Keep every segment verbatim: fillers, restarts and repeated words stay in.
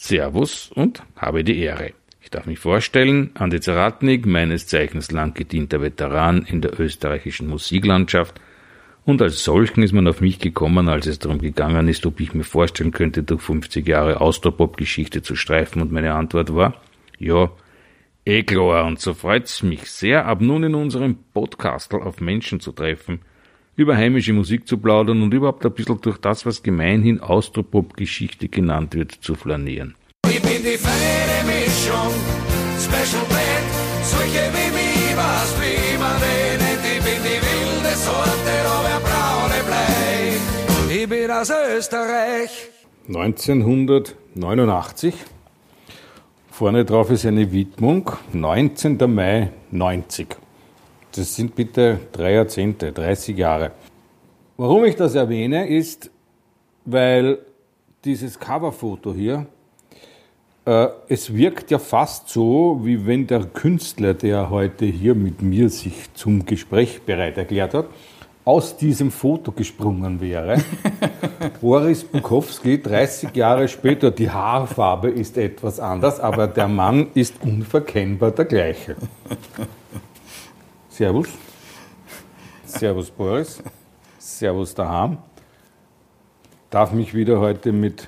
Servus und habe die Ehre. Ich darf mich vorstellen, Andi Zaratnik, meines Zeichens lang gedienter Veteran in der österreichischen Musiklandschaft, und als solchen ist man auf mich gekommen, als es darum gegangen ist, ob ich mir vorstellen könnte, durch fünfzig Jahre Austropop-Geschichte zu streifen, und meine Antwort war, ja, eh klar, und so freut's mich sehr, ab nun in unserem Podcastel auf Menschen zu treffen, über heimische Musik zu plaudern und überhaupt ein bisschen durch das, was gemeinhin Austropop-Geschichte genannt wird, zu flanieren. Ich bin die feine Mischung, Special Blend, solche wie mich, was wie man den nennt. Ich bin die wilde Sorte, aber braune Blei. Ich bin aus Österreich. neunzehnhundertneunundachtzig. Vorne drauf ist eine Widmung, neunzehnter Mai neunzig. Das sind bitte drei Jahrzehnte, dreißig Jahre. Warum ich das erwähne, ist, weil dieses Coverfoto hier, äh, es wirkt ja fast so, wie wenn der Künstler, der heute hier mit mir sich zum Gespräch bereit erklärt hat, aus diesem Foto gesprungen wäre. Boris Bukowski, dreißig Jahre später, die Haarfarbe ist etwas anders, aber der Mann ist unverkennbar der gleiche. Servus. Servus Boris. Servus daheim. Darf mich wieder heute mit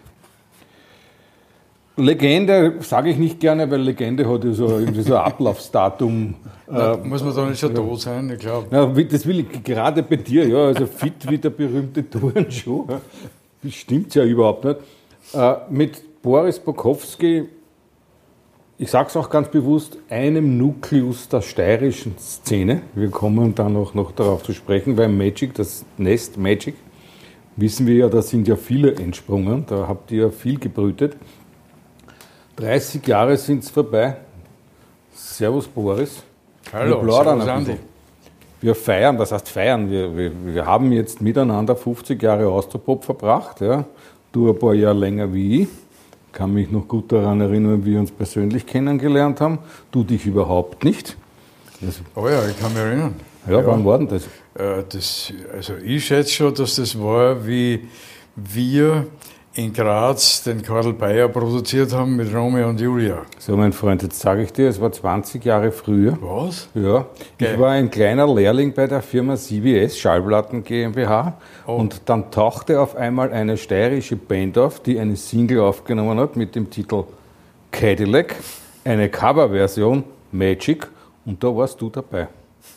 Legende, sage ich nicht gerne, weil Legende hat ja so, irgendwie so ein Ablaufsdatum. Na, muss man da nicht schon tot sein, ich glaube. Das will ich gerade bei dir, ja, also fit wie der berühmte Turnschuh. Das stimmt ja überhaupt nicht. Äh, mit Boris Bukowski, ich sage es auch ganz bewusst, einem Nukleus der steirischen Szene. Wir kommen dann auch noch darauf zu sprechen, weil Magic, das Nest Magic, wissen wir ja, da sind ja viele entsprungen, da habt ihr ja viel gebrütet. dreißig Jahre sind es vorbei. Servus Boris. Hallo, wir plaudern servus ein Andi. bisschen. Wir feiern, was heißt feiern? Wir, wir, wir haben jetzt miteinander fünfzig Jahre Austropop verbracht. Ja. Du ein paar Jahre länger wie ich. Ich kann mich noch gut daran erinnern, wie wir uns persönlich kennengelernt haben. Du dich überhaupt nicht. Das, oh ja, ich kann mich erinnern. ja, ja, wann war denn das? Äh, das? Also ich schätze schon, dass das war, wie wir in Graz den Karl Bayer produziert haben mit Romeo und Julia. So, mein Freund, jetzt sage ich dir, es war zwanzig Jahre früher. Was? Ja. Geil. Ich war ein kleiner Lehrling bei der Firma C B S, Schallplatten GmbH. Oh. Und dann tauchte auf einmal eine steirische Band auf, die eine Single aufgenommen hat mit dem Titel Cadillac, eine Coverversion Magic, und da warst du dabei.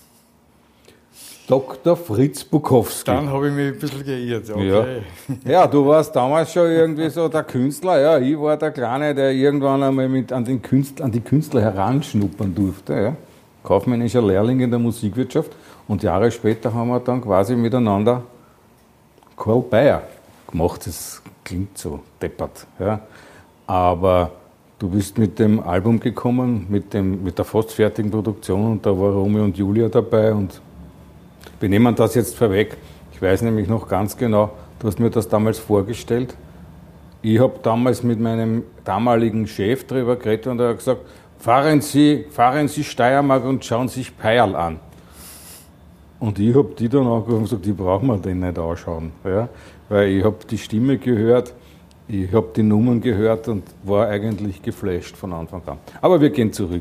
Doktor Fritz Bukowski. Dann habe ich mich ein bisschen geirrt. Okay. Ja. Ja, du warst damals schon irgendwie so der Künstler. Ja, ich war der Kleine, der irgendwann einmal mit an, den Künstler, an die Künstler heranschnuppern durfte. Ja. Kaufmännischer Lehrling in der Musikwirtschaft. Und Jahre später haben wir dann quasi miteinander Karl Bayer gemacht. Das klingt so deppert. Ja. Aber du bist mit dem Album gekommen, mit, dem, mit der fast fertigen Produktion, und da war Romeo und Julia dabei. Und wir nehmen das jetzt vorweg. Ich weiß nämlich noch ganz genau, du hast mir das damals vorgestellt. Ich habe damals mit meinem damaligen Chef darüber geredet und er hat gesagt, fahren Sie, fahren Sie Steiermark und schauen sich Peierl an. Und ich habe die dann angeguckt und gesagt, die brauchen wir den nicht anschauen. Ja? Weil ich habe die Stimme gehört, ich habe die Nummern gehört und war eigentlich geflasht von Anfang an. Aber wir gehen zurück.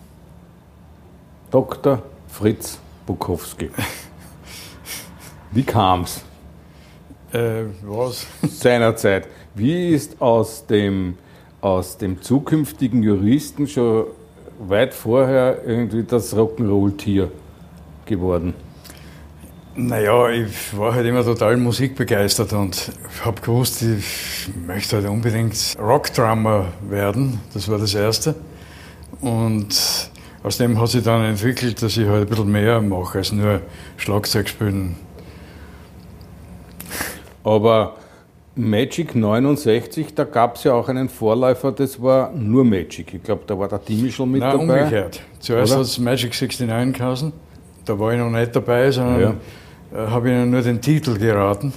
Doktor Fritz Bukowski. Wie kam's? Äh, was? Seinerzeit. Wie ist aus dem, aus dem zukünftigen Juristen schon weit vorher irgendwie das Rock'n'Roll-Tier geworden? Naja, ich war halt immer total musikbegeistert und habe gewusst, ich möchte halt unbedingt Rockdrummer werden. Das war das Erste. Und aus dem hat sich dann entwickelt, dass ich halt ein bisschen mehr mache als nur Schlagzeug spielen. Aber Magic neunundsechzig, da gab es ja auch einen Vorläufer, das war nur Magic. Ich glaube, da war der Dimischl mit Nein, dabei. umgekehrt. Zuerst hat es Magic neunundsechzig geheißen. Da war ich noch nicht dabei, sondern Ja. äh, habe ihnen nur den Titel geraten.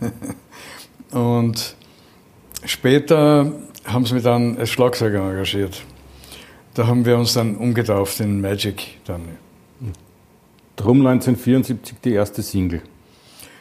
Und später haben sie mich dann als Schlagzeuger engagiert. Da haben wir uns dann umgetauft in Magic. Dann. Drum neunzehnhundertvierundsiebzig die erste Single.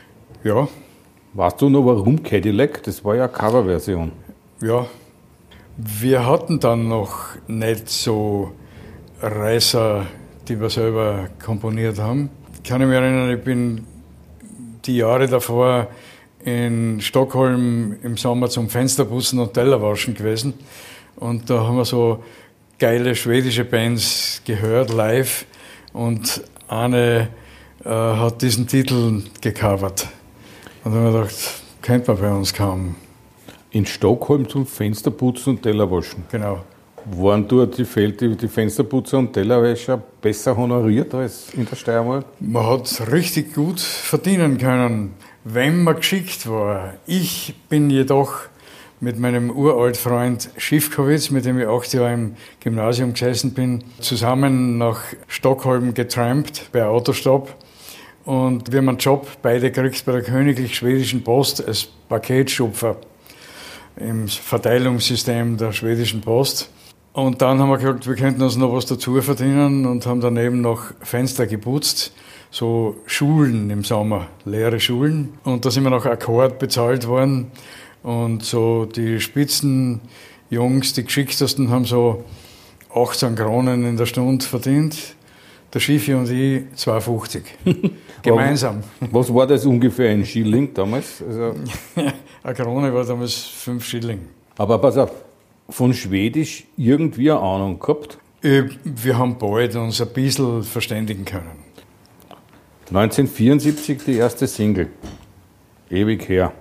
Ja, Weißt du noch, warum Cadillac? Das war ja eine Coverversion. ja. Wir hatten dann noch nicht so Reißer, die wir selber komponiert haben. Ich kann mich erinnern, ich bin die Jahre davor in Stockholm im Sommer zum Fensterputzen und Tellerwaschen gewesen. Und da haben wir so geile schwedische Bands gehört, live. Und eine äh, hat diesen Titel gecovert. Und dann haben wir gedacht, kennt man bei uns kaum. In Stockholm zum Fensterputzen und Tellerwaschen. Genau. Waren dort die, die, die Fensterputzer und Tellerwäscher besser honoriert als in der Steiermark? Man hat richtig gut verdienen können, wenn man geschickt war. Ich bin jedoch mit meinem Uraltfreund Schiffkowitz, mit dem ich acht Jahre im Gymnasium gesessen bin, zusammen nach Stockholm getrampt bei Autostopp. Und wir haben einen Job beide gekriegt bei der Königlich Schwedischen Post als Paketschupfer im Verteilungssystem der Schwedischen Post. Und dann haben wir gesagt, wir könnten uns noch was dazu verdienen und haben daneben noch Fenster geputzt, so Schulen im Sommer, leere Schulen. Und da sind wir nach Akkord bezahlt worden. Und so die Spitzenjungs, die geschicktesten, haben so achtzehn Kronen in der Stunde verdient. Der Schiffi und ich zwei fünfzig. Gemeinsam. Was war das ungefähr in Schilling damals? Also eine Krone war damals fünf Schilling. aber pass auf, von Schwedisch irgendwie eine Ahnung gehabt? Äh, Wir haben bald uns ein bisschen verständigen können. neunzehnhundertvierundsiebzig die erste Single. Ewig her.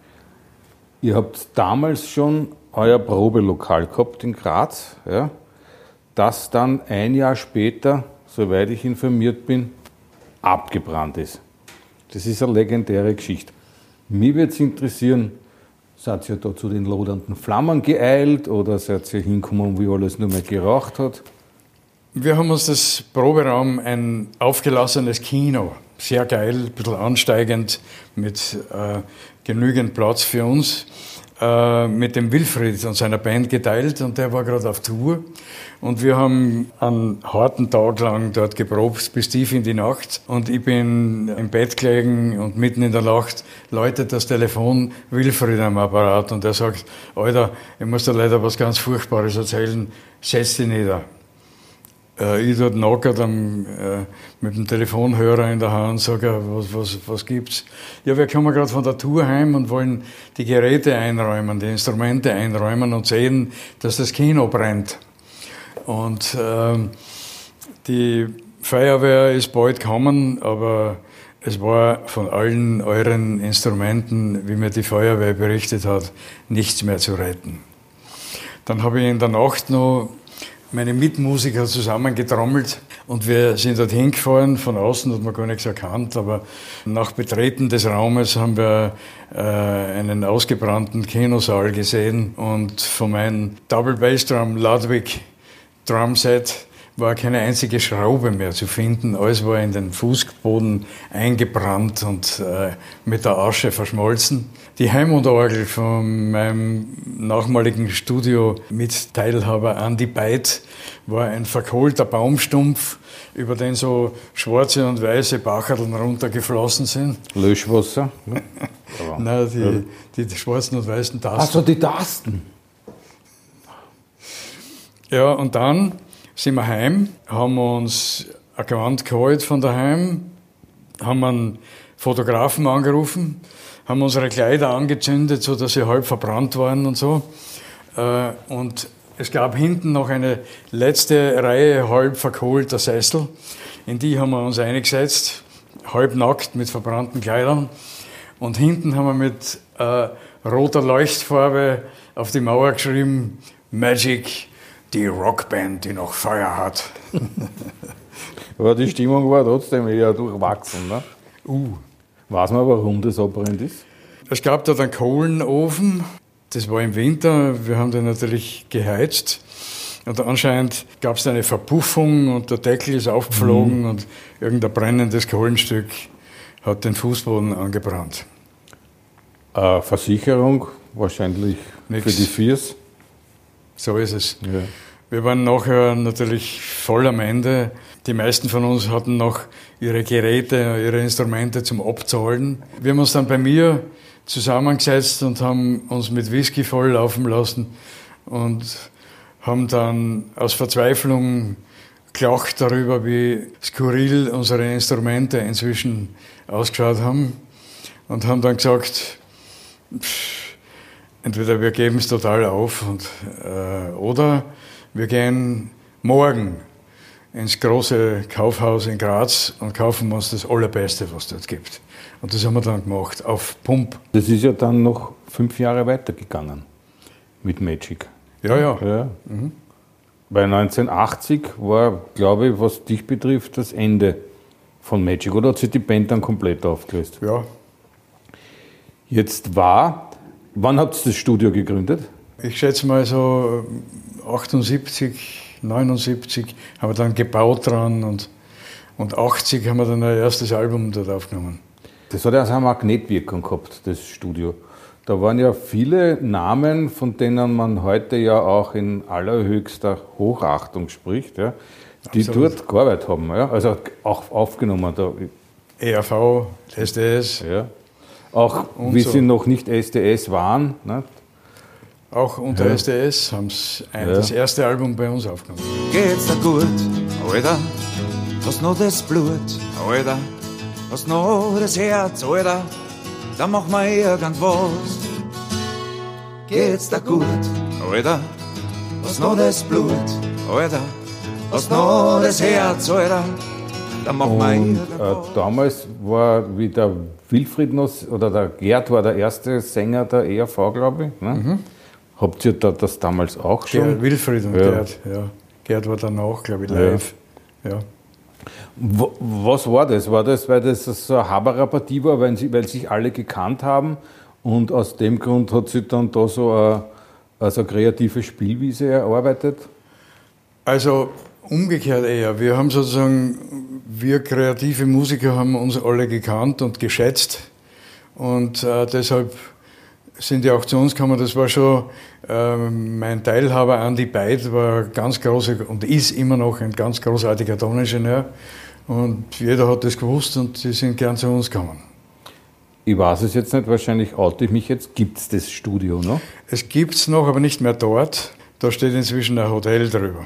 Ihr habt damals schon euer Probelokal gehabt in Graz, ja, das dann ein Jahr später, soweit ich informiert bin, abgebrannt ist. Das ist eine legendäre Geschichte. Mich würde es interessieren, seid ihr da zu den lodernden Flammen geeilt oder seid ihr hingekommen, wie alles nur mehr geraucht hat? Wir haben uns das Proberaum, ein aufgelassenes Kino, sehr geil, ein bisschen ansteigend, mit äh, genügend Platz für uns, äh, mit dem Wilfried und seiner Band geteilt und der war gerade auf Tour. Und wir haben einen harten Tag lang dort geprobt, bis tief in die Nacht. Und ich bin im Bett gelegen und mitten in der Nacht läutet das Telefon Wilfried am Apparat und er sagt, Alter, ich muss dir leider was ganz Furchtbares erzählen, setz dich nieder. Äh, ich dort nackert am, äh, mit dem Telefonhörer in der Hand, sage, was, was, was gibt's? Ja, wir kommen gerade von der Tour heim und wollen die Geräte einräumen, die Instrumente einräumen und sehen, dass das Kino brennt. Und äh, die Feuerwehr ist bald gekommen, aber es war von allen euren Instrumenten, wie mir die Feuerwehr berichtet hat, nichts mehr zu retten. Dann habe ich in der Nacht noch meine Mitmusiker zusammengetrommelt und wir sind dort hingefahren. Von außen hat man gar nichts erkannt, aber nach Betreten des Raumes haben wir äh, einen ausgebrannten Kinosaal gesehen und von meinem Double Bass Drum Ludwig Drumset war keine einzige Schraube mehr zu finden. Alles war in den Fußboden eingebrannt und äh, mit der Asche verschmolzen. Die Hammond-Orgel von meinem nachmaligen Studio-Mitteilhaber Andy Beit war ein verkohlter Baumstumpf, über den so schwarze und weiße Bacherln runtergeflossen sind. Löschwasser? Ne? Nein, die, die, die schwarzen und weißen Tasten. Ach so, die Tasten. Ja, und dann sind wir heim, haben uns ein Gewand geholt von daheim, haben einen Fotografen angerufen, haben unsere Kleider angezündet, sodass sie halb verbrannt waren und so. Und es gab hinten noch eine letzte Reihe halb verkohlter Sessel, in die haben wir uns eingesetzt, halb nackt mit verbrannten Kleidern. Und hinten haben wir mit äh, roter Leuchtfarbe auf die Mauer geschrieben, Magic, die Rockband, die noch Feuer hat. Aber die Stimmung war trotzdem eher durchwachsen. Ne? Uh. Weiß man, warum das abbrennt ist? Es gab dort einen Kohlenofen, das war im Winter, wir haben den natürlich geheizt. Und anscheinend gab es eine Verpuffung und der Deckel ist aufgeflogen mhm. und irgendein brennendes Kohlenstück hat den Fußboden angebrannt. Äh, Versicherung wahrscheinlich Nix. Für die Viers. So ist es. Ja. Wir waren nachher natürlich voll am Ende. Die meisten von uns hatten noch ihre Geräte, ihre Instrumente zum Abzahlen. Wir haben uns dann bei mir zusammengesetzt und haben uns mit Whisky voll laufen lassen und haben dann aus Verzweiflung gelacht darüber, wie skurril unsere Instrumente inzwischen ausgeschaut haben und haben dann gesagt, pff, entweder wir geben es total auf und, äh, oder wir gehen morgen ins große Kaufhaus in Graz und kaufen uns das Allerbeste, was es dort gibt. Und das haben wir dann gemacht, auf Pump. Das ist ja dann noch fünf Jahre weitergegangen mit Magic. Ja, ja. ja. Mhm. Weil neunzehnhundertachtzig war, glaube ich, was dich betrifft, das Ende von Magic. Oder hat sich die Band dann komplett aufgelöst? Ja. Jetzt war, wann habt ihr das Studio gegründet? Ich schätze mal so achtundsiebzig, neunundsiebzig haben wir dann gebaut dran und, und achtzig haben wir dann ein erstes Album dort aufgenommen. Das hat ja so eine Magnetwirkung gehabt, das Studio. Da waren ja viele Namen, von denen man heute ja auch in allerhöchster Hochachtung spricht, ja, die Absolut. dort gearbeitet haben, ja, also auch aufgenommen. Da, E R V, S D S. ja. Auch Und wie so. sie noch nicht S D S waren. Ne? Auch unter Ja. S D S haben sie Ja. das erste Album bei uns aufgenommen. Geht's dir gut, Alter? Hast noch das Blut, Alter? Hast noch das Herz, Alter? Dann mach mal irgendwas. Geht's dir gut, Alter? Hast noch das Blut, Alter? Hast noch das Herz, Alter? Dann mach mal Und äh, irgendwas. damals war, wie der Wilfried noch, oder der Gerd war der erste Sänger der E R V, glaube ich. Ne? Mhm. Habt ihr da das damals auch schon? Der Wilfried und Ja. Gerd, ja. Gerd war danach, glaube ich, live. Ja. Wo- Was war das? War das, weil das so eine Haberer-Partie war, weil, sie, weil sich alle gekannt haben und aus dem Grund hat sich dann da so eine, also eine kreative Spielwiese erarbeitet? Also umgekehrt eher. Wir haben sozusagen, wir kreative Musiker haben uns alle gekannt und geschätzt und äh, deshalb sind die auch zu uns gekommen. Das war schon äh, mein Teilhaber Andi Beid, war ganz großer und ist immer noch ein ganz großartiger Toningenieur und jeder hat das gewusst und die sind gern zu uns gekommen. Ich weiß es jetzt nicht, wahrscheinlich oute ich mich jetzt. Gibt es das Studio noch? Es gibt es noch, aber nicht mehr dort. Da steht inzwischen ein Hotel drüber.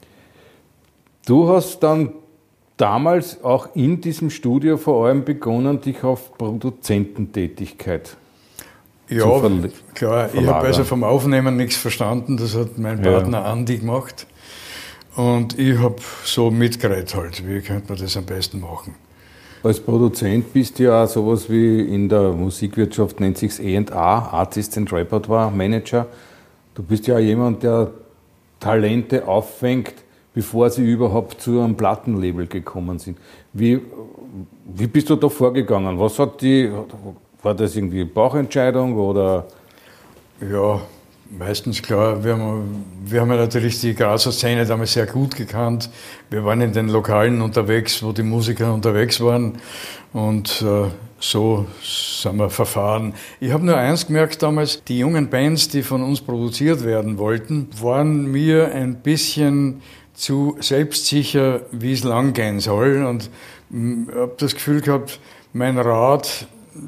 Du hast dann damals auch in diesem Studio vor allem begonnen, dich auf Produzententätigkeit Ja, zu verle- klar. Ich verlagern. habe also vom Aufnehmen nichts verstanden. Das hat mein Ja. Partner Andi gemacht. Und ich habe so mitgeredet halt. Wie könnte man das am besten machen? Als Produzent bist du ja auch sowas wie in der Musikwirtschaft, nennt sich A and R, Artist and Repertoire Manager. Du bist ja auch jemand, der Talente auffängt, bevor sie überhaupt zu einem Plattenlabel gekommen sind. Wie, wie bist du da vorgegangen? Was hat die, war das irgendwie eine Bauchentscheidung oder? Ja, meistens klar. Wir haben, wir haben ja natürlich die Grazer Szene damals sehr gut gekannt. Wir waren in den Lokalen unterwegs, wo die Musiker unterwegs waren. Und äh, so sind wir verfahren. Ich habe nur eins gemerkt damals, die jungen Bands, die von uns produziert werden wollten, waren mir ein bisschen zu selbstsicher, wie es lang gehen soll. Und habe das Gefühl gehabt, mein Rat,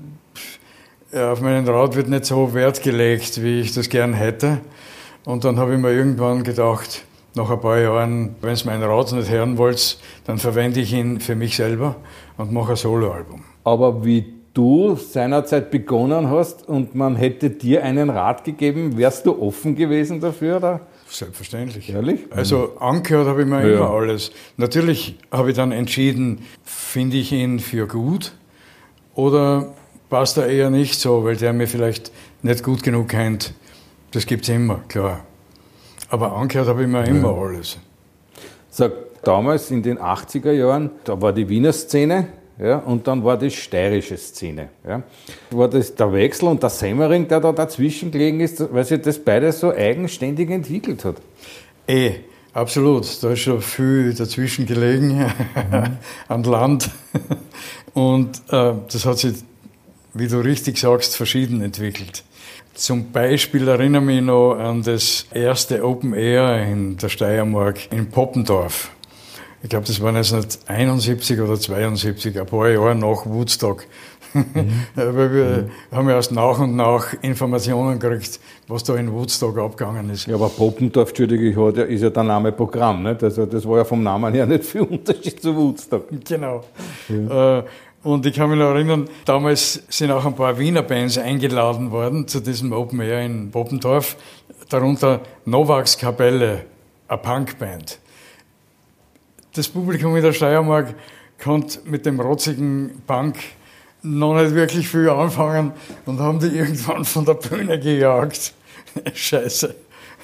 auf meinen Rat wird nicht so Wert gelegt, wie ich das gern hätte. Und dann habe ich mir irgendwann gedacht, nach ein paar Jahren, wenn ihr meinen Rat nicht hören wollt, dann verwende ich ihn für mich selber und mache ein Soloalbum. Aber wie du seinerzeit begonnen hast und man hätte dir einen Rat gegeben, wärst du offen gewesen dafür? Oder? Selbstverständlich. Ehrlich? Also angehört habe ich mir Ja. immer alles. Natürlich habe ich dann entschieden, finde ich ihn für gut oder passt er eher nicht so, weil der mir vielleicht nicht gut genug kennt. Das gibt es immer, klar. Aber angehört habe ich mir immer alles. Sag, damals in den achtziger Jahren, da war die Wiener Szene, ja, und dann war die steirische Szene. Ja. War das der Wechsel und der Semmering, der da dazwischen gelegen ist, weil sich das beides so eigenständig entwickelt hat. Eh, absolut. Da ist schon viel dazwischen gelegen, an Land. Und äh, das hat sich, wie du richtig sagst, verschieden entwickelt. Zum Beispiel erinnere ich mich noch an das erste Open Air in der Steiermark in Poppendorf. Ich glaube, das war neunzehnhunderteinundsiebzig oder zweiundsiebzig, ein paar Jahre nach Woodstock. Mhm. Weil wir mhm. haben ja erst nach und nach Informationen gekriegt, was da in Woodstock abgegangen ist. Ja, aber Poppendorf, Entschuldigung, ist ja der Name Programm, nicht? Also das war ja vom Namen her nicht viel Unterschied zu Woodstock. Genau. Ja. Äh, und ich kann mich noch erinnern, damals sind auch ein paar Wiener Bands eingeladen worden zu diesem Open Air in Poppendorf, darunter Novaks Kapelle, eine Punkband. Das Publikum in der Steiermark konnte mit dem rotzigen Punk noch nicht wirklich viel anfangen und haben die irgendwann von der Bühne gejagt. Scheiße.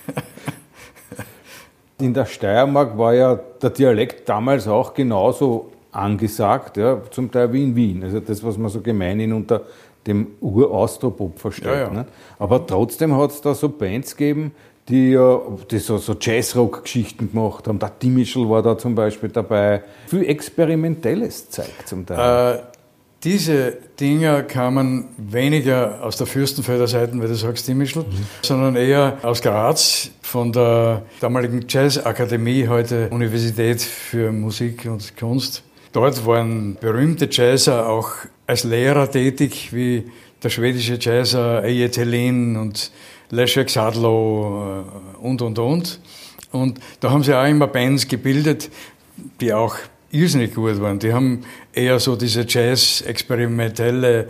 In der Steiermark war ja der Dialekt damals auch genauso angesagt, ja, zum Teil wie in Wien. Also das, was man so gemeinhin unter dem Ur-Austropop versteht. Ja, ja. Ne? Aber trotzdem hat es da so Bands gegeben, die ja die so, so Jazzrock-Geschichten gemacht haben. Der Timischl war da zum Beispiel dabei. Viel experimentelles Zeug zum Teil. Äh, diese Dinger kamen weniger aus der Fürstenfelder Seite, weil du sagst Timischl, mhm. sondern eher aus Graz, von der damaligen Jazzakademie, heute Universität für Musik und Kunst. Dort waren berühmte Jazzer auch als Lehrer tätig, wie der schwedische Jazzer Eje Thelin und Leszek Sadlo und, und, und. Und da haben sie auch immer Bands gebildet, die auch irrsinnig gut waren. Die haben eher so diese Jazz-experimentelle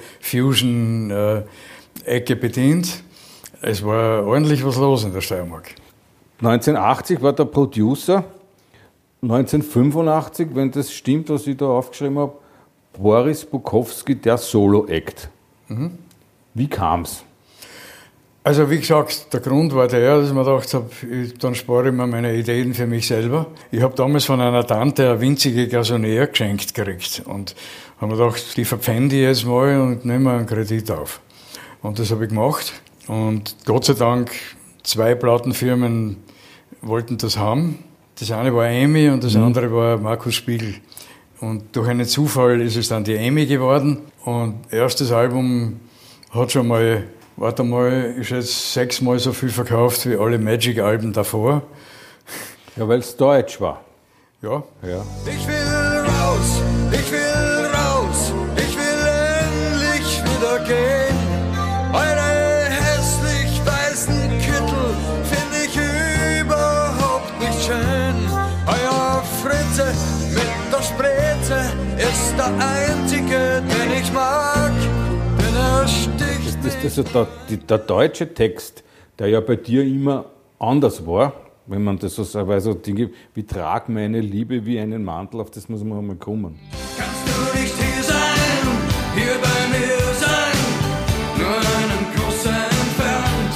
Fusion-Ecke bedient. Es war ordentlich was los in der Steiermark. neunzehnhundertachtzig war der Producer. neunzehnhundertfünfundachtzig, wenn das stimmt, was ich da aufgeschrieben habe, Boris Bukowski, der Solo-Act. Mhm. Wie kam's? Also wie gesagt, der Grund war der, dass ich mir gedacht habe, ich, dann spare ich mir meine Ideen für mich selber. Ich habe damals von einer Tante eine winzige Gasonniere geschenkt gekriegt und habe mir gedacht, die verpfände ich jetzt mal und nehme einen Kredit auf. Und das habe ich gemacht und Gott sei Dank, zwei Plattenfirmen wollten das haben. Das eine war EMI und das mhm. andere war Markus Spiegel. Und durch einen Zufall ist es dann die EMI geworden und erstes Album hat schon mal, warte mal, ist jetzt sechsmal so viel verkauft wie alle Magic-Alben davor. Ja, weil es deutsch war. Ja. ja. Ich will raus, ich will raus, ich will endlich wieder gehen. Eure hässlich weißen Kittel finde ich überhaupt nicht schön. Euer Fritze mit der Spritze ist der einzige, den ich mag, denn er sticht. Das ist also der, die, der deutsche Text, der ja bei dir immer anders war, wenn man das so sagt, weil so Dinge wie trag meine Liebe wie einen Mantel, auf das muss man einmal kommen. Kannst du nicht hier sein, hier bei mir sein, nur einen Kuss entfernt.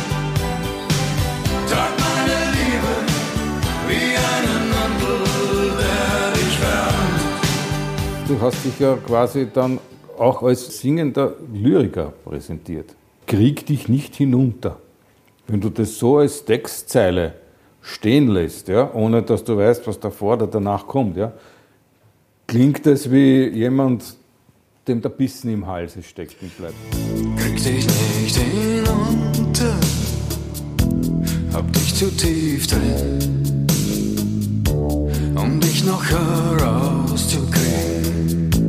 Trag meine Liebe wie einen Mantel, der dich wärmt. Du hast dich ja quasi dann auch als singender Lyriker präsentiert. Krieg dich nicht hinunter. Wenn du das so als Textzeile stehen lässt, ja, ohne dass du weißt, was davor oder danach kommt, ja, klingt das wie jemand, dem der Bissen im Hals stecken bleibt. Krieg dich nicht hinunter, hab dich zu tief drin, um dich noch herauszukriegen.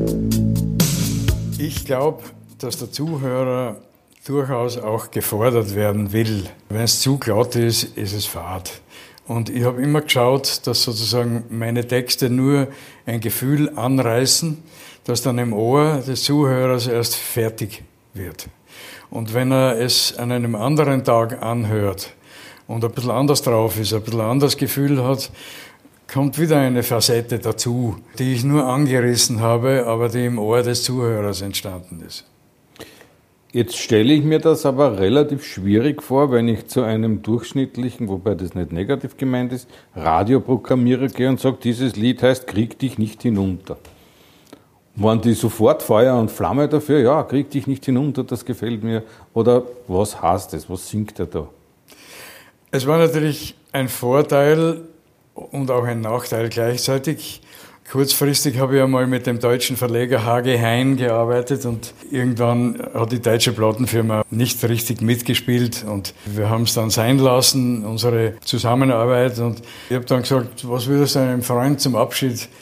Ich glaube, dass der Zuhörer durchaus auch gefordert werden will. Wenn es zu glatt ist, ist es fad. Und ich habe immer geschaut, dass sozusagen meine Texte nur ein Gefühl anreißen, das dann im Ohr des Zuhörers erst fertig wird. Und wenn er es an einem anderen Tag anhört und ein bisschen anders drauf ist, ein bisschen anderes Gefühl hat, kommt wieder eine Facette dazu, die ich nur angerissen habe, aber die im Ohr des Zuhörers entstanden ist. Jetzt stelle ich mir das aber relativ schwierig vor, wenn ich zu einem durchschnittlichen, wobei das nicht negativ gemeint ist, Radioprogrammierer gehe und sage, dieses Lied heißt Krieg dich nicht hinunter. Waren die sofort Feuer und Flamme dafür? Ja, krieg dich nicht hinunter, das gefällt mir. Oder was heißt das? Was singt er da? Es war natürlich ein Vorteil und auch ein Nachteil gleichzeitig. Kurzfristig habe ich einmal mit dem deutschen Verleger H G Hein gearbeitet und irgendwann hat die deutsche Plattenfirma nicht richtig mitgespielt und wir haben es dann sein lassen, unsere Zusammenarbeit. Und ich habe dann gesagt, was würdest du einem Freund zum Abschied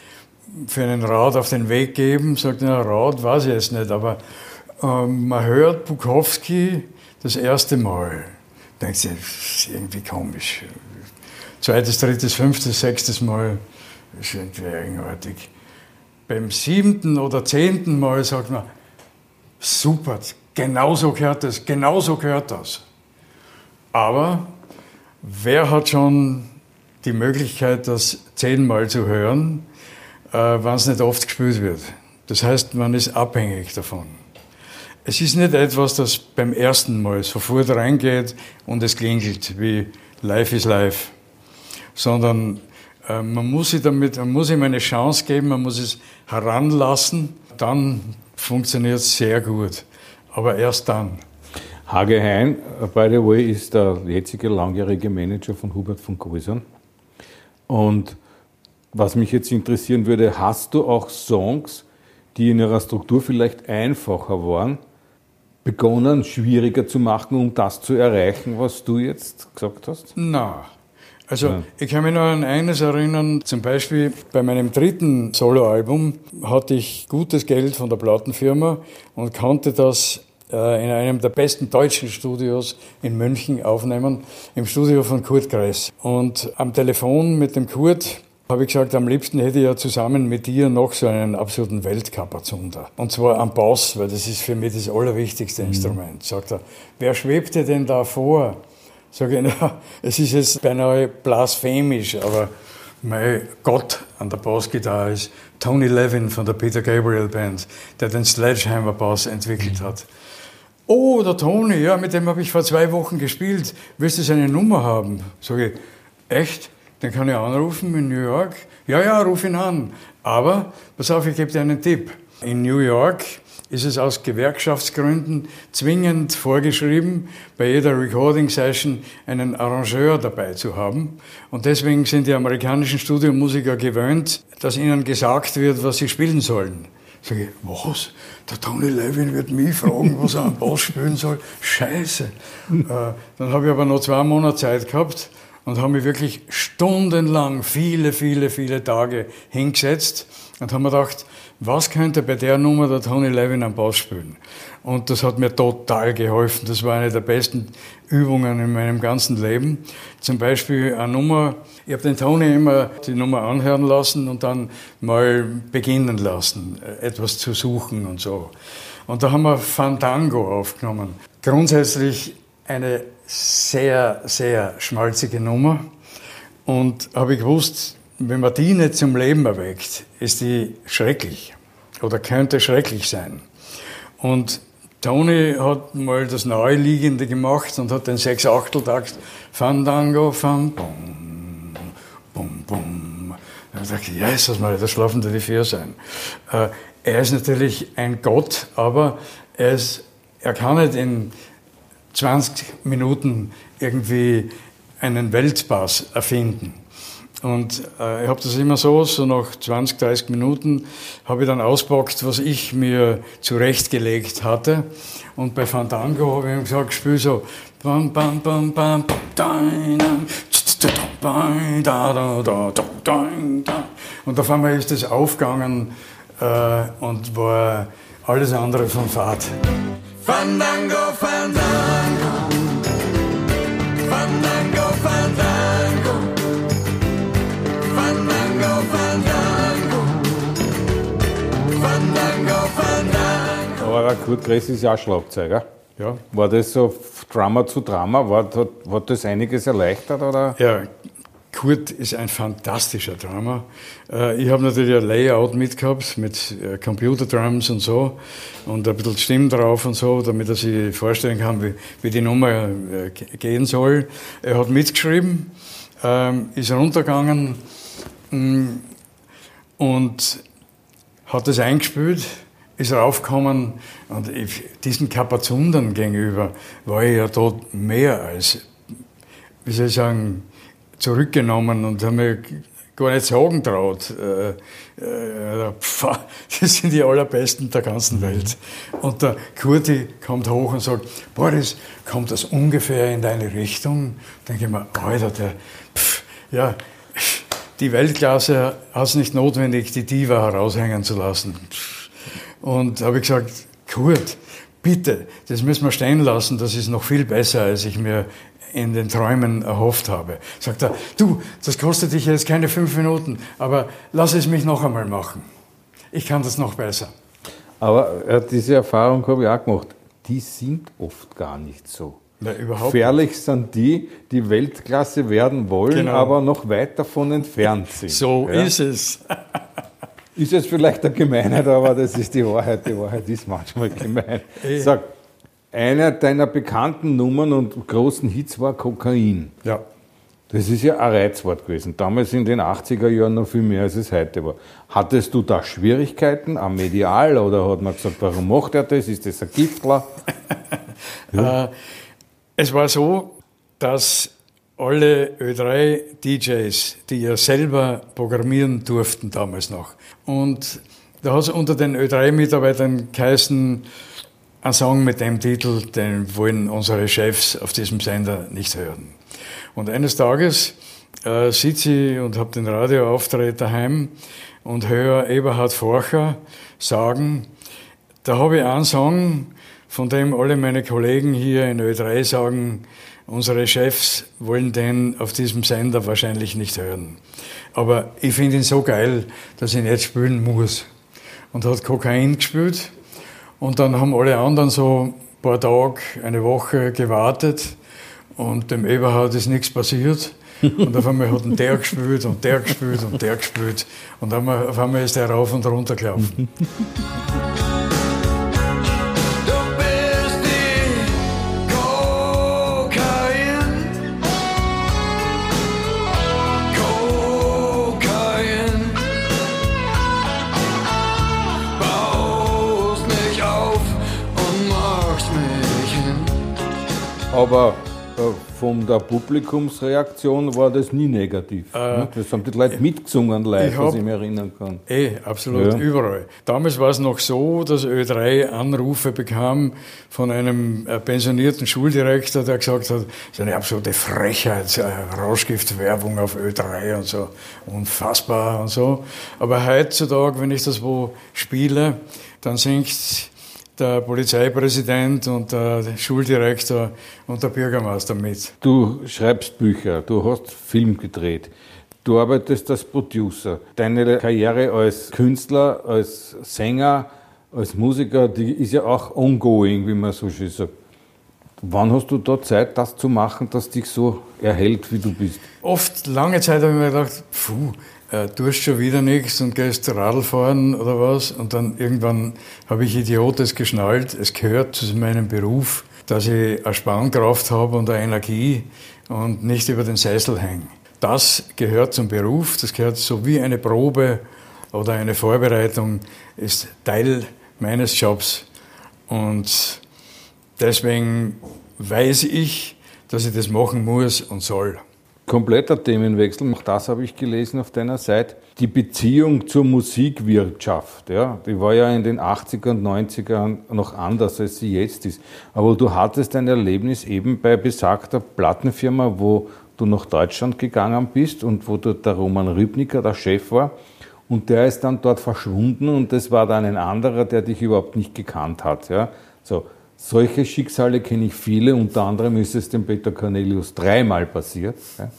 für einen Rat auf den Weg geben, sagt, na, Rat weiß ich jetzt nicht, aber ähm, man hört Bukowski das erste Mal, denkt sich, das ist irgendwie komisch. Zweites, drittes, fünftes, sechstes Mal, das ist irgendwie eigenartig. Beim siebten oder zehnten Mal sagt man, super, genauso gehört das, genauso gehört das. Aber wer hat schon die Möglichkeit, das zehnmal zu hören, äh, wenn es nicht oft gespielt wird? Das heißt, man ist abhängig davon. Es ist nicht etwas, das beim ersten Mal sofort reingeht und es klingelt, wie Life is Life, sondern äh, man muss sich damit, man muss ihm eine Chance geben, man muss es heranlassen, dann funktioniert es sehr gut, aber erst dann. Hage Hein, by the way, ist der jetzige langjährige Manager von Hubert von Geusern. Und was mich jetzt interessieren würde, hast du auch Songs, die in ihrer Struktur vielleicht einfacher waren, begonnen, schwieriger zu machen, um das zu erreichen, was du jetzt gesagt hast? Na, also ja. Ich kann mich noch an eines erinnern, zum Beispiel bei meinem dritten Soloalbum hatte ich gutes Geld von der Plattenfirma und konnte das äh, in einem der besten deutschen Studios in München aufnehmen, im Studio von Kurt Kress. Und am Telefon mit dem Kurt habe ich gesagt, am liebsten hätte ich ja zusammen mit dir noch so einen absoluten Weltkapazunder. Und zwar am Bass, weil das ist für mich das allerwichtigste mhm. Instrument. Sagt er, wer schwebt dir denn da vor? Sag ich, na, es ist jetzt beinahe blasphemisch, aber mein Gott an der Bassgitarre ist Tony Levin von der Peter Gabriel Band, der den Sledgehammer Bass entwickelt hat. Oh, der Tony, ja, mit dem habe ich vor zwei Wochen gespielt. Willst du seine Nummer haben? Sag ich, echt? Den kann ich anrufen in New York. Ja, ja, ruf ihn an. Aber, pass auf, ich gebe dir einen Tipp. In New York ist es aus Gewerkschaftsgründen zwingend vorgeschrieben, bei jeder Recording-Session einen Arrangeur dabei zu haben. Und deswegen sind die amerikanischen Studiomusiker gewöhnt, dass ihnen gesagt wird, was sie spielen sollen. Sag ich, was? Der Tony Levin wird mich fragen, was er am Bass spielen soll? Scheiße. äh, dann habe ich aber noch zwei Monate Zeit gehabt und habe mich wirklich stundenlang, viele, viele, viele Tage hingesetzt und habe mir gedacht, was könnte bei der Nummer der Tony Levin am Bass spielen? Und das hat mir total geholfen. Das war eine der besten Übungen in meinem ganzen Leben. Zum Beispiel eine Nummer, ich habe den Tony immer die Nummer anhören lassen und dann mal beginnen lassen, etwas zu suchen und so. Und da haben wir Fandango aufgenommen. Grundsätzlich eine sehr, sehr schmalzige Nummer. Und habe ich gewusst, wenn man die nicht zum Leben erweckt, ist die schrecklich oder könnte schrecklich sein. Und Tony hat mal das Naheliegende gemacht und hat den Sechs-Achtel-Takt Fandango, Fan, bum, bum, bum. Da dachte ich, Jesus, mal, das schlafen da die vier sein. Äh, er ist natürlich ein Gott, aber er, ist, er kann nicht in zwanzig Minuten irgendwie einen Weltpass erfinden. Und äh, ich habe das immer so, so nach zwanzig, dreißig Minuten habe ich dann auspackt, was ich mir zurechtgelegt hatte. Und bei Fandango habe ich ihm gesagt, spiel so bam, bam, bam, bam, und auf einmal ist das aufgegangen äh, und war alles andere von Fahrt. Fandango, Fandango, Fandango, Fandango, Fandango, Fandango, Fandango, Fandango. Aber Kurt Kress ist ja auch Schlagzeuger. Ja. War das so Drama zu Drama? War, hat, hat das einiges erleichtert? Oder? Ja, Kurt ist ein fantastischer Drummer. Ich habe natürlich ein Layout mitgehabt mit Computer-Drums und so und ein bisschen Stimmen drauf und so, damit er sich vorstellen kann, wie, wie die Nummer gehen soll. Er hat mitgeschrieben, ist runtergegangen und hat das eingespielt, ist raufgekommen und ich, diesen Kapazundern gegenüber war ich ja dort mehr als, wie soll ich sagen, zurückgenommen und haben mir gar nicht sagen traut. Äh, äh, pf, das sind die allerbesten der ganzen Welt. Und der Kurti kommt hoch und sagt, Boris, kommt das ungefähr in deine Richtung? Denke ich mir, Alter, der, pf, ja, die Weltklasse hat es nicht notwendig, die Diva heraushängen zu lassen. Und habe ich gesagt, Kurt, bitte, das müssen wir stehen lassen, das ist noch viel besser, als ich mir in den Träumen erhofft habe. Sagt er, du, das kostet dich jetzt keine fünf Minuten, aber lass es mich noch einmal machen. Ich kann das noch besser. Aber äh, diese Erfahrung habe ich auch gemacht. Die sind oft gar nicht so. Na, überhaupt Gefährlich nicht. Sind die, die Weltklasse werden wollen, genau. aber noch weit davon entfernt sind. So ja? ist es. Ist jetzt vielleicht eine Gemeinheit, aber das ist die Wahrheit. Die Wahrheit ist manchmal gemein. Hey. Sag, eine deiner bekannten Nummern und großen Hits war Kokain. Ja. Das ist ja ein Reizwort gewesen. Damals in den achtziger Jahren noch viel mehr, als es heute war. Hattest du da Schwierigkeiten am Medial oder hat man gesagt, warum macht er das? Ist das ein Giftler? ja. äh, es war so, dass alle Ö drei D Js, die ja selber programmieren durften damals noch. Und da hat es unter den Ö drei Mitarbeitern geheißen, ein Song mit dem Titel, den wollen unsere Chefs auf diesem Sender nicht hören. Und eines Tages äh, sitze ich und habe den Radioauftritt daheim und höre Eberhard Forcher sagen, da habe ich einen Song, von dem alle meine Kollegen hier in Ö drei sagen, unsere Chefs wollen den auf diesem Sender wahrscheinlich nicht hören. Aber ich finde ihn so geil, dass ich ihn jetzt spielen muss. Und hat Kokain gespielt. Und dann haben alle anderen so ein paar Tage, eine Woche gewartet. Und dem Eberhard ist nichts passiert. Und auf einmal hat der gespielt und der gespielt und der gespielt. Und auf einmal ist er rauf und runter gelaufen. Aber äh, von der Publikumsreaktion war das nie negativ. Äh, das haben die Leute mitgesungen live, ich was ich mich erinnern kann. Eh, absolut, ja. Überall. Damals war es noch so, dass Ö drei Anrufe bekam von einem äh, pensionierten Schuldirektor, der gesagt hat, das ist eine absolute Frechheit, äh, Rauschgiftwerbung auf Ö drei und so, unfassbar und so. Aber heutzutage, wenn ich das wo spiele, dann singt der Polizeipräsident und der Schuldirektor und der Bürgermeister mit. Du schreibst Bücher, du hast Film gedreht, du arbeitest als Producer. Deine Karriere als Künstler, als Sänger, als Musiker, die ist ja auch ongoing, wie man so schön sagt. Wann hast du da Zeit, das zu machen, dass dich so erhält, wie du bist? Oft, lange Zeit habe ich mir gedacht, puh, Äh, du hast schon wieder nichts und gehst Radl fahren oder was. Und dann irgendwann habe ich Idiotes geschnallt. Es gehört zu meinem Beruf, dass ich eine Spannkraft habe und eine Energie und nicht über den Sessel hänge. Das gehört zum Beruf, das gehört so wie eine Probe oder eine Vorbereitung, ist Teil meines Jobs. Und deswegen weiß ich, dass ich das machen muss und soll. Kompletter Themenwechsel, auch das habe ich gelesen auf deiner Seite. Die Beziehung zur Musikwirtschaft, ja, die war ja in den achtziger und neunziger noch anders, als sie jetzt ist. Aber du hattest ein Erlebnis eben bei besagter Plattenfirma, wo du nach Deutschland gegangen bist und wo dort der Roman Rybnicker der Chef war. Und der ist dann dort verschwunden und das war dann ein anderer, der dich überhaupt nicht gekannt hat. Ja. So. Solche Schicksale kenne ich viele, unter anderem ist es dem Peter Cornelius dreimal passiert.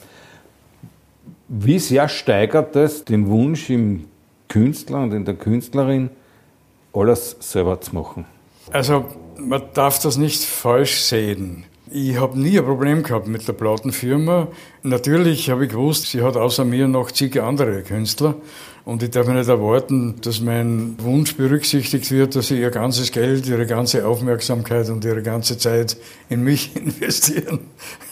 Wie sehr steigert das den Wunsch im Künstler und in der Künstlerin, alles selber zu machen? Also man darf das nicht falsch sehen. Ich habe nie ein Problem gehabt mit der Plattenfirma. Natürlich habe ich gewusst, sie hat außer mir noch zig andere Künstler. Und ich darf nicht erwarten, dass mein Wunsch berücksichtigt wird, dass sie ihr ganzes Geld, ihre ganze Aufmerksamkeit und ihre ganze Zeit in mich investieren.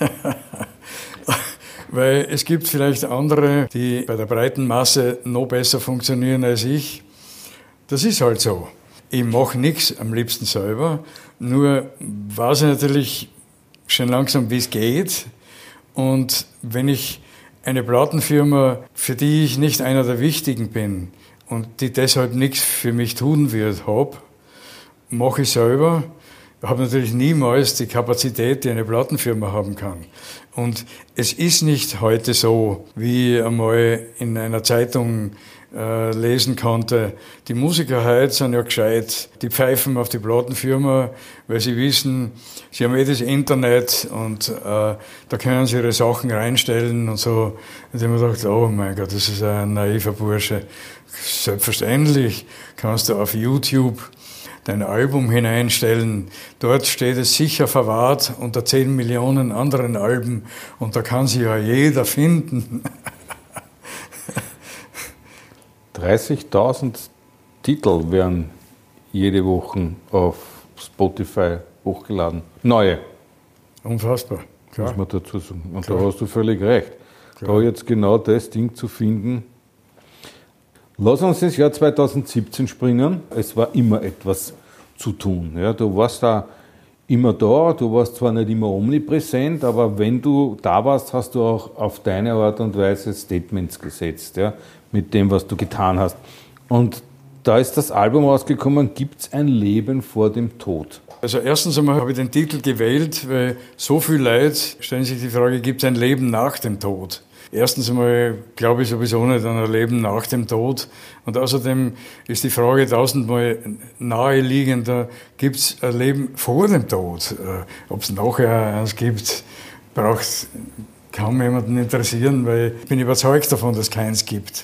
Weil es gibt vielleicht andere, die bei der breiten Masse noch besser funktionieren als ich. Das ist halt so. Ich mache nichts am liebsten selber, nur weiß ich natürlich schon langsam, wie es geht. Und wenn ich eine Plattenfirma, für die ich nicht einer der Wichtigen bin und die deshalb nichts für mich tun wird, habe, mache ich selber. habe natürlich niemals die Kapazität, die eine Plattenfirma haben kann. Und es ist nicht heute so, wie einmal in einer Zeitung äh, lesen konnte, die Musiker heute sind ja gescheit, die pfeifen auf die Plattenfirma, weil sie wissen, sie haben eh das Internet und äh, da können sie ihre Sachen reinstellen und so. Und ich habe mir gedacht, oh mein Gott, das ist ein naiver Bursche. Selbstverständlich kannst du auf YouTube dein Album hineinstellen. Dort steht es sicher verwahrt unter zehn Millionen anderen Alben und da kann sie ja jeder finden. dreißigtausend Titel werden jede Woche auf Spotify hochgeladen. Neue. Unfassbar. Klar. Muss man dazu sagen. Und Klar. da hast du völlig recht. Klar. Da jetzt genau das Ding zu finden. Lass uns ins Jahr zweitausendsiebzehn springen. Es war immer etwas zu tun. Ja, du warst da immer da, du warst zwar nicht immer omnipräsent, aber wenn du da warst, hast du auch auf deine Art und Weise Statements gesetzt, ja, mit dem, was du getan hast. Und da ist das Album rausgekommen, Gibt's ein Leben vor dem Tod? Also erstens einmal habe ich den Titel gewählt, weil so viele Leute stellen sich die Frage, gibt es ein Leben nach dem Tod? Erstens einmal glaube ich sowieso nicht an ein Leben nach dem Tod. Und außerdem ist die Frage tausendmal naheliegender, gibt es ein Leben vor dem Tod? Ob es nachher eins gibt, braucht kaum jemanden interessieren, weil ich bin überzeugt davon, dass es keins gibt.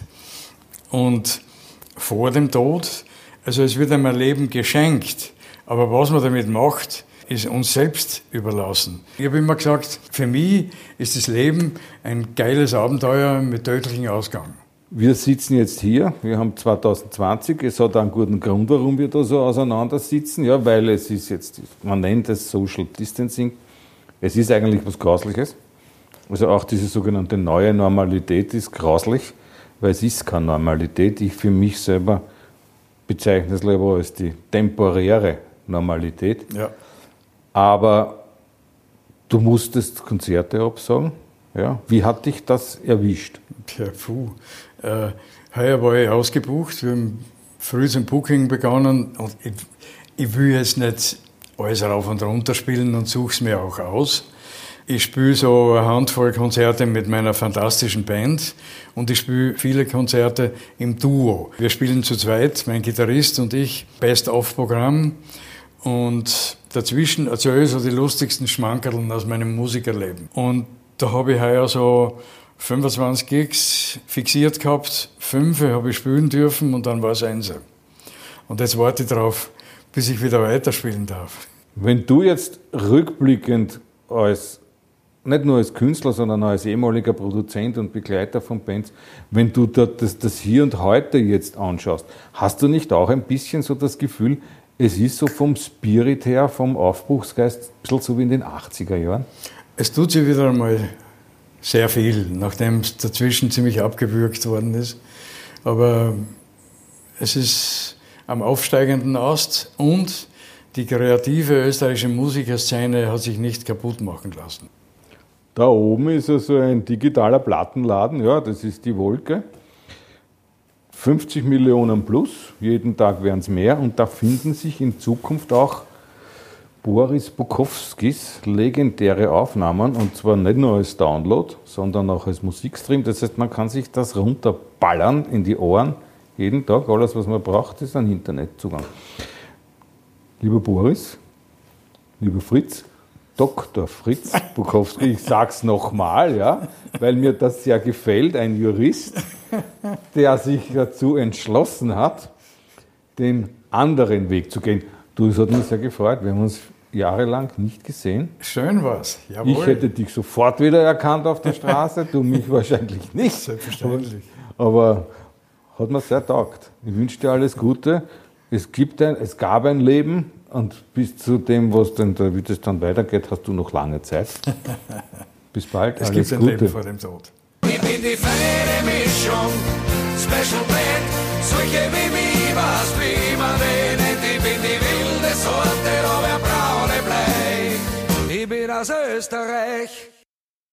Und vor dem Tod, also es wird einem ein Leben geschenkt, aber was man damit macht, ist uns selbst überlassen. Ich habe immer gesagt, für mich ist das Leben ein geiles Abenteuer mit tödlichem Ausgang. Wir sitzen jetzt hier, wir haben zweitausendzwanzig, es hat einen guten Grund, warum wir da so auseinander sitzen, ja, weil es ist jetzt, man nennt es Social Distancing, es ist eigentlich was Grausliches. Also auch diese sogenannte neue Normalität ist grauslich, weil es ist keine Normalität. Ich für mich selber bezeichne es lieber als die temporäre Normalität. Ja. Aber du musstest Konzerte absagen. Ja. Wie hat dich das erwischt? Ja, puh. Äh, heuer war ich ausgebucht. Wir haben früh zum Booking begonnen. Und ich, ich will jetzt nicht alles rauf und runter spielen und suche es mir auch aus. Ich spiele so eine Handvoll Konzerte mit meiner fantastischen Band und ich spiele viele Konzerte im Duo. Wir spielen zu zweit, mein Gitarrist und ich, Best-of-Programm. Und dazwischen erzähle ich so die lustigsten Schmankerln aus meinem Musikerleben. Und da habe ich heuer so fünfundzwanzig Gigs fixiert gehabt, fünf habe ich spielen dürfen und dann war es eins. Und jetzt warte ich darauf, bis ich wieder weiterspielen darf. Wenn du jetzt rückblickend als, nicht nur als Künstler, sondern auch als ehemaliger Produzent und Begleiter von Bands, wenn du das, das Hier und Heute jetzt anschaust, hast du nicht auch ein bisschen so das Gefühl, es ist so vom Spirit her, vom Aufbruchsgeist, ein bisschen so wie in den achtziger Jahren? Es tut sich wieder einmal sehr viel, nachdem es dazwischen ziemlich abgewürgt worden ist. Aber es ist am aufsteigenden Ast und die kreative österreichische Musikerszene hat sich nicht kaputt machen lassen. Da oben ist also ein digitaler Plattenladen, ja, das ist die Wolke. fünfzig Millionen plus, jeden Tag werden es mehr und da finden sich in Zukunft auch Boris Bukowskis legendäre Aufnahmen und zwar nicht nur als Download, sondern auch als Musikstream. Das heißt, man kann sich das runterballern in die Ohren jeden Tag. Alles, was man braucht, ist ein Internetzugang. Lieber Boris, lieber Fritz, Doktor Fritz Bukowski, ich sag's nochmal, ja, weil mir das sehr gefällt, ein Jurist, der sich dazu entschlossen hat, den anderen Weg zu gehen. Du, es hat mich sehr gefreut, wir haben uns jahrelang nicht gesehen. Schön war's, jawohl. Ich hätte dich sofort wieder erkannt auf der Straße, du mich wahrscheinlich nicht. Selbstverständlich. Aber hat mir sehr taugt. Ich wünsche dir alles Gute. Es gibt ein, es gab ein Leben und bis zu dem, was denn, wie das dann weitergeht, hast du noch lange Zeit. Bis bald, es alles gibt ein Gute. Leben vor dem Tod. Ich bin die feine Mischung, Special Blend, solche wie mich, was wie man den nennt. Ich bin die wilde Sorte, aber braune Blei. Ich bin aus Österreich.